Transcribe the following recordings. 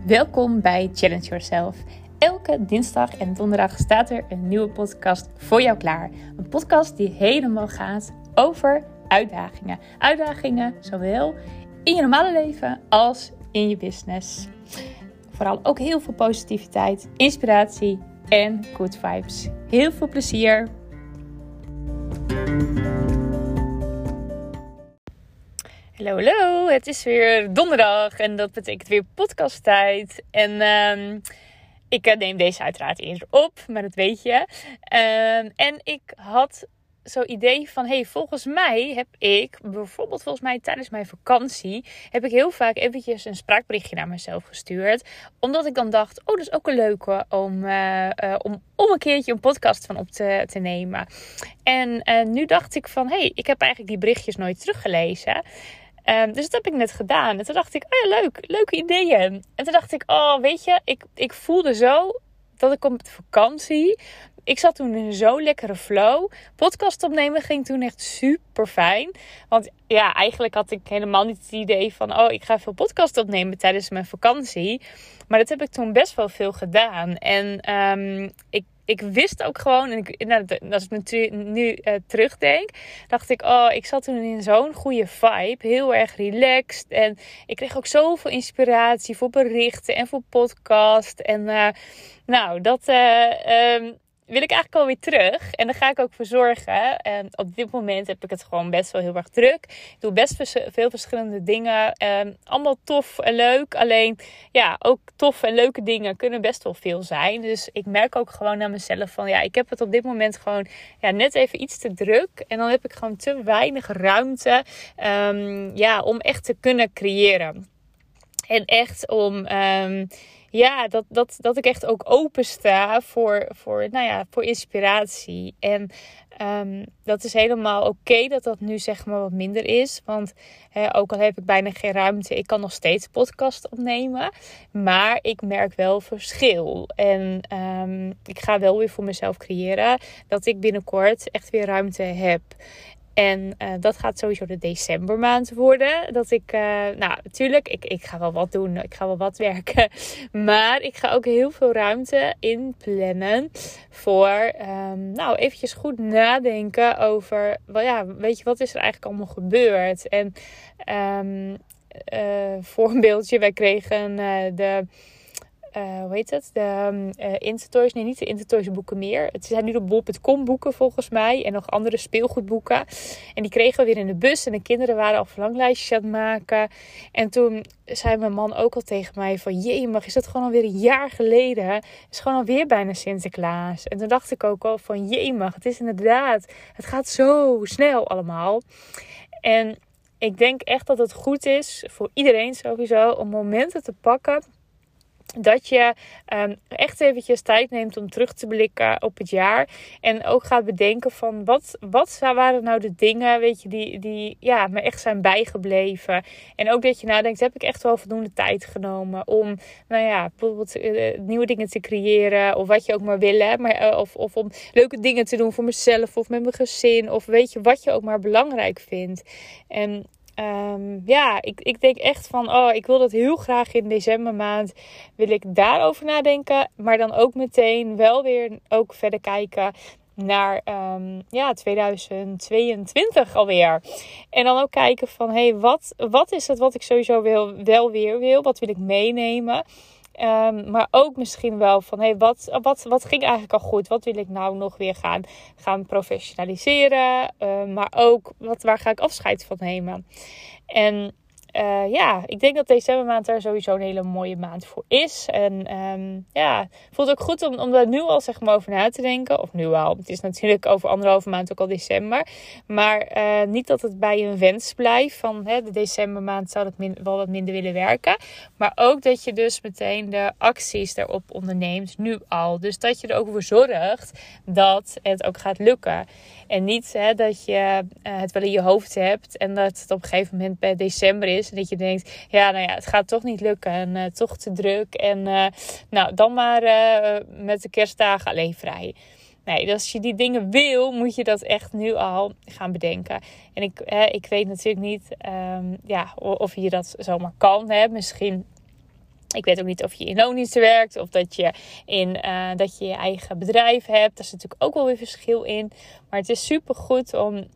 Welkom bij Challenge Yourself. Elke dinsdag en donderdag staat er een nieuwe podcast voor jou klaar. Een podcast die helemaal gaat over uitdagingen. Uitdagingen zowel in je normale leven als in je business. Vooral ook heel veel positiviteit, inspiratie en good vibes. Heel veel plezier! Hallo, het is weer donderdag en dat betekent weer podcasttijd. En ik neem deze uiteraard eerder op, maar dat weet je. En ik had zo'n idee van, volgens mij heb ik bijvoorbeeld tijdens mijn vakantie heb ik heel vaak eventjes een spraakberichtje naar mezelf gestuurd. Omdat ik dan dacht, dat is ook een leuke om een keertje een podcast van op te nemen. En nu dacht ik van, ik heb eigenlijk die berichtjes nooit teruggelezen. Dus dat heb ik net gedaan. En toen dacht ik, leuke ideeën. En toen dacht ik, weet je, ik voelde zo dat ik op vakantie... Ik zat toen in zo'n lekkere flow. Podcast opnemen ging toen echt super fijn. Want ja, eigenlijk had ik helemaal niet het idee van... ik ga veel podcast opnemen tijdens mijn vakantie. Maar dat heb ik toen best wel veel gedaan. En ik wist ook gewoon... als ik nu terugdenk... dacht ik, ik zat toen in zo'n goede vibe. Heel erg relaxed. En ik kreeg ook zoveel inspiratie voor berichten en voor podcast. En dat... wil ik eigenlijk alweer terug. En daar ga ik ook voor zorgen. En op dit moment heb ik het gewoon best wel heel erg druk. Ik doe best veel verschillende dingen. Allemaal tof en leuk. Alleen, ook tof en leuke dingen kunnen best wel veel zijn. Dus ik merk ook gewoon aan mezelf van... ik heb het op dit moment gewoon net even iets te druk. En dan heb ik gewoon te weinig ruimte om echt te kunnen creëren. En echt om... dat ik echt ook open sta voor inspiratie. En dat is helemaal oké dat dat nu zeg maar wat minder is. Want ook al heb ik bijna geen ruimte, ik kan nog steeds podcast opnemen. Maar ik merk wel verschil. En ik ga wel weer voor mezelf creëren dat ik binnenkort echt weer ruimte heb. En dat gaat sowieso de decembermaand worden. Dat ik, natuurlijk, ik ga wel wat doen. Ik ga wel wat werken. Maar ik ga ook heel veel ruimte inplannen voor, eventjes goed nadenken over, weet je, wat is er eigenlijk allemaal gebeurd? En voorbeeldje, wij kregen de Intertoys. Nee, niet de Intertoys boeken meer. Het zijn nu de bol.com boeken volgens mij. En nog andere speelgoedboeken. En die kregen we weer in de bus. En de kinderen waren al verlanglijstjes aan het maken. En toen zei mijn man ook al tegen mij van... Jemig, is dat gewoon alweer een jaar geleden? Het is gewoon alweer bijna Sinterklaas. En toen dacht ik ook al van... Jemig, het is inderdaad... Het gaat zo snel allemaal. En ik denk echt dat het goed is... Voor iedereen sowieso... Om momenten te pakken... Dat je echt eventjes tijd neemt om terug te blikken op het jaar. En ook gaat bedenken van wat waren nou de dingen, weet je, die me echt zijn bijgebleven. En ook dat je nadenkt, heb ik echt wel voldoende tijd genomen om, bijvoorbeeld nieuwe dingen te creëren. Of wat je ook maar wil, hè. Maar, of om leuke dingen te doen voor mezelf of met mijn gezin. Of weet je, wat je ook maar belangrijk vindt. En... ik denk echt van, ik wil dat heel graag in decembermaand, wil ik daarover nadenken. Maar dan ook meteen wel weer ook verder kijken naar 2022 alweer. En dan ook kijken van, wat is het wat ik sowieso wel weer wil? Wat wil ik meenemen? Maar ook misschien wel van, wat ging eigenlijk al goed? Wat wil ik nou nog weer gaan professionaliseren? Maar ook, waar ga ik afscheid van nemen? En ik denk dat decembermaand daar sowieso een hele mooie maand voor is. En voelt ook goed om daar nu al zeg maar over na te denken. Of nu al. Het is natuurlijk over 1,5 maand ook al december. Maar niet dat het bij een wens blijft. Van de decembermaand zou ik wel wat minder willen werken. Maar ook dat je dus meteen de acties daarop onderneemt. Nu al. Dus dat je er ook voor zorgt dat het ook gaat lukken. En niet dat je het wel in je hoofd hebt. En dat het op een gegeven moment bij december is. En dat je denkt, het gaat toch niet lukken. En toch te druk. En dan maar met de kerstdagen alleen vrij. Nee, dus als je die dingen wil, moet je dat echt nu al gaan bedenken. En ik weet natuurlijk niet of je dat zomaar kan. Hè? Misschien Ik weet ook niet of je in loondienst werkt of dat je je eigen bedrijf hebt. Daar is natuurlijk ook wel weer verschil in. Maar het is super goed om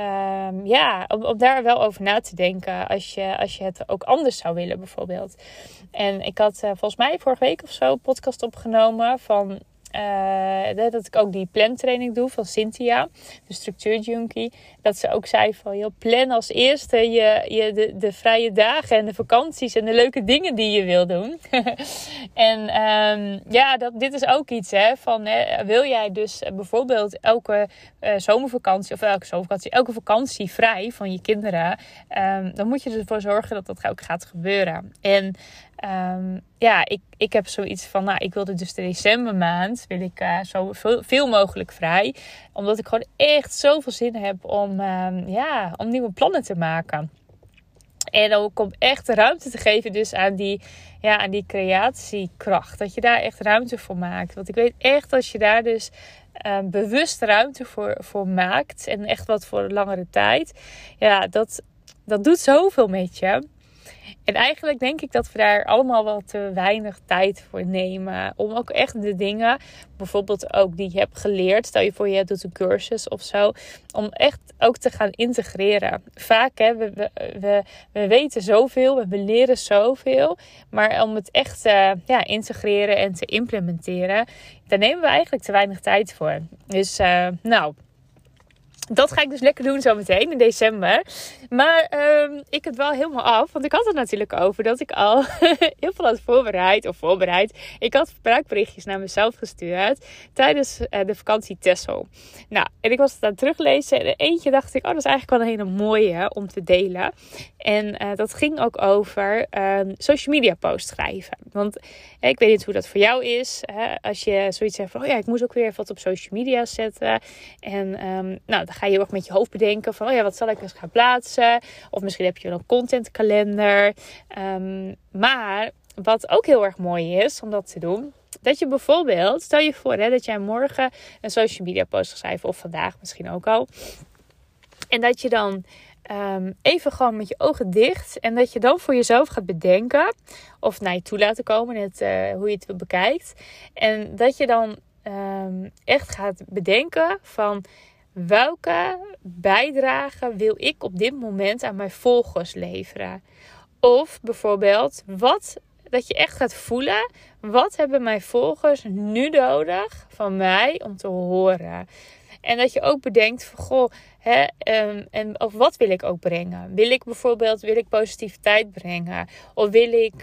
daar wel over na te denken als je het ook anders zou willen bijvoorbeeld. En ik had volgens mij vorige week of zo een podcast opgenomen van dat ik ook die plantraining doe van Cynthia, de structuurjunkie. Dat ze ook zei van, joh, plan als eerste de vrije dagen en de vakanties en de leuke dingen die je wil doen. En dit is ook iets, hè, van wil jij dus bijvoorbeeld elke elke vakantie vrij van je kinderen, dan moet je ervoor zorgen dat dat ook gaat gebeuren. En ik heb zoiets van, ik wilde dus de decembermaand, wil ik zo veel mogelijk vrij. Omdat ik gewoon echt zoveel zin heb om nieuwe plannen te maken. En ook om echt ruimte te geven dus aan die creatiekracht. Dat je daar echt ruimte voor maakt. Want ik weet echt als je daar dus bewust ruimte voor maakt. En echt wat voor een langere tijd. Ja, dat doet zoveel met je. En eigenlijk denk ik dat we daar allemaal wel te weinig tijd voor nemen. Om ook echt de dingen, bijvoorbeeld ook die je hebt geleerd. Stel je voor je doet een cursus of zo. Om echt ook te gaan integreren. Vaak, we weten zoveel. We leren zoveel. Maar om het echt integreren en te implementeren. Daar nemen we eigenlijk te weinig tijd voor. Dus dat ga ik dus lekker doen zometeen in december. Maar ik het wel helemaal af. Want ik had het natuurlijk over dat ik al heel veel had voorbereid. Ik had spraakberichtjes naar mezelf gestuurd tijdens de vakantie Texel. Nou, en ik was het aan het teruglezen. En eentje dacht ik, dat is eigenlijk wel een hele mooie om te delen. En dat ging ook over social media posts schrijven. Want ik weet niet hoe dat voor jou is. Als je zoiets zegt van, ik moet ook weer wat op social media zetten. En dan ga je heel erg met je hoofd bedenken van, wat zal ik eens gaan plaatsen? Of misschien heb je wel een contentkalender. Maar wat ook heel erg mooi is om dat te doen, dat je bijvoorbeeld, stel je voor dat jij morgen een social media post gaat schrijven, of vandaag misschien ook al. En dat je dan even gewoon met je ogen dicht, en dat je dan voor jezelf gaat bedenken, of naar je toe laten komen, net hoe je het bekijkt. En dat je dan echt gaat bedenken van, welke bijdrage wil ik op dit moment aan mijn volgers leveren? Of bijvoorbeeld, dat je echt gaat voelen, wat hebben mijn volgers nu nodig van mij om te horen? En dat je ook bedenkt van, of wat wil ik ook brengen? Wil ik positiviteit brengen? Of wil ik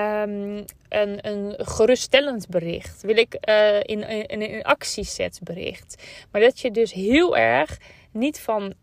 een geruststellend bericht? Wil ik een actiezetsbericht? Maar dat je dus heel erg niet van,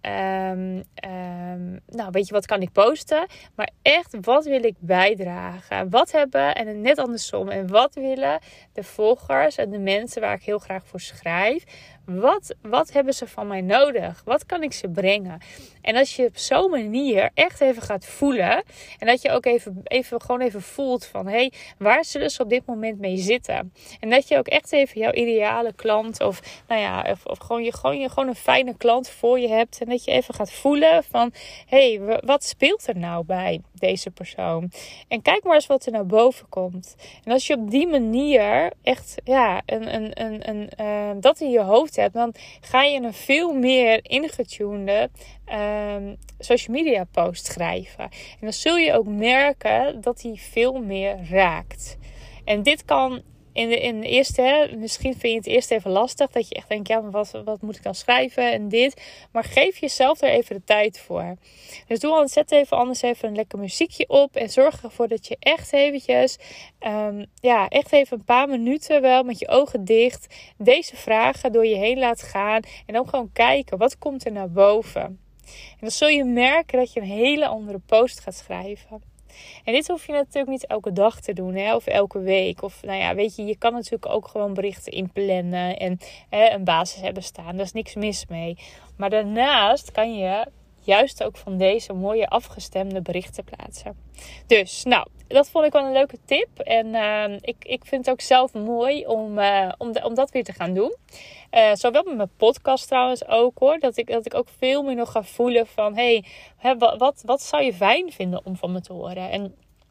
weet je, wat kan ik posten? Maar echt, wat wil ik bijdragen? Wat hebben, en net andersom, en wat willen de volgers en de mensen waar ik heel graag voor schrijf, wat hebben ze van mij nodig? Wat kan ik ze brengen? En als je op zo'n manier echt even gaat voelen, en dat je ook even voelt van, waar zullen ze op dit moment mee zitten? En dat je ook echt even jouw ideale klant, of gewoon een fijne klant voor je hebt, en dat je even gaat voelen van, wat speelt er nou bij deze persoon? En kijk maar eens wat er naar boven komt. En als je op die manier echt dat in je hoofd hebt, dan ga je een veel meer ingetunede social media post schrijven. En dan zul je ook merken dat die veel meer raakt. En dit kan in de eerste, misschien vind je het eerst even lastig, dat je echt denkt, maar wat moet ik dan schrijven en dit. Maar geef jezelf er even de tijd voor. Dus zet even een lekker muziekje op en zorg ervoor dat je echt eventjes, echt even een paar minuten wel met je ogen dicht deze vragen door je heen laat gaan. En dan gewoon kijken, wat komt er naar boven? En dan zul je merken dat je een hele andere post gaat schrijven. En dit hoef je natuurlijk niet elke dag te doen, of elke week. Of weet je kan natuurlijk ook gewoon berichten inplannen en een basis hebben staan. Daar is niks mis mee. Maar daarnaast kan je juist ook van deze mooie afgestemde berichten plaatsen. Dus, dat vond ik wel een leuke tip. En ik vind het ook zelf mooi om dat weer te gaan doen. Zowel met mijn podcast trouwens ook hoor. Dat ik ook veel meer nog ga voelen van, wat zou je fijn vinden om van me te horen? En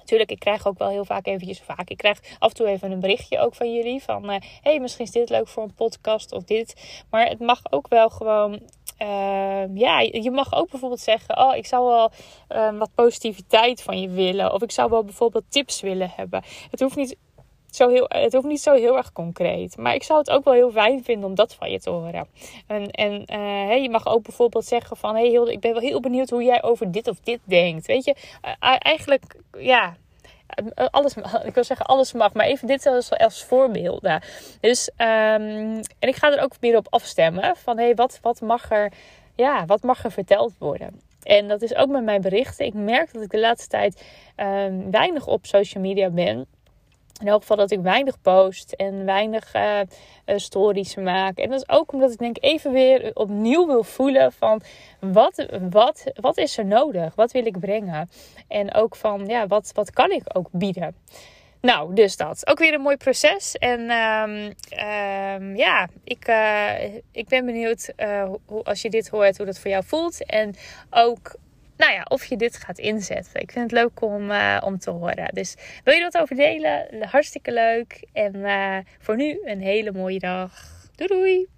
Tuurlijk, ik krijg ook wel heel vaak ik krijg af en toe even een berichtje ook van jullie. Van, hey, misschien is dit leuk voor een podcast of dit. Maar het mag ook wel gewoon... je mag ook bijvoorbeeld zeggen... Oh, ik zou wel wat positiviteit van je willen. Of ik zou wel bijvoorbeeld tips willen hebben. Het hoeft niet zo heel erg concreet. Maar ik zou het ook wel heel fijn vinden om dat van je te horen. Je mag ook bijvoorbeeld zeggen van... Hey Hilde, ik ben wel heel benieuwd hoe jij over dit of dit denkt. Weet je, eigenlijk, ja... ik wil zeggen alles mag, maar even dit als voorbeelden. Dus, en ik ga er ook meer op afstemmen. Van, hey, wat mag er verteld worden? En dat is ook met mijn berichten. Ik merk dat ik de laatste tijd weinig op social media ben. In elk geval dat ik weinig post en weinig stories maak. En dat is ook omdat ik denk even weer opnieuw wil voelen van wat is er nodig? Wat wil ik brengen? En ook van wat kan ik ook bieden? Nou, dus dat. Ook weer een mooi proces. En ik ben benieuwd hoe, als je dit hoort, hoe dat voor jou voelt. En ook... of je dit gaat inzetten. Ik vind het leuk om te horen. Dus wil je dat over delen? Hartstikke leuk. En voor nu een hele mooie dag. Doei doei!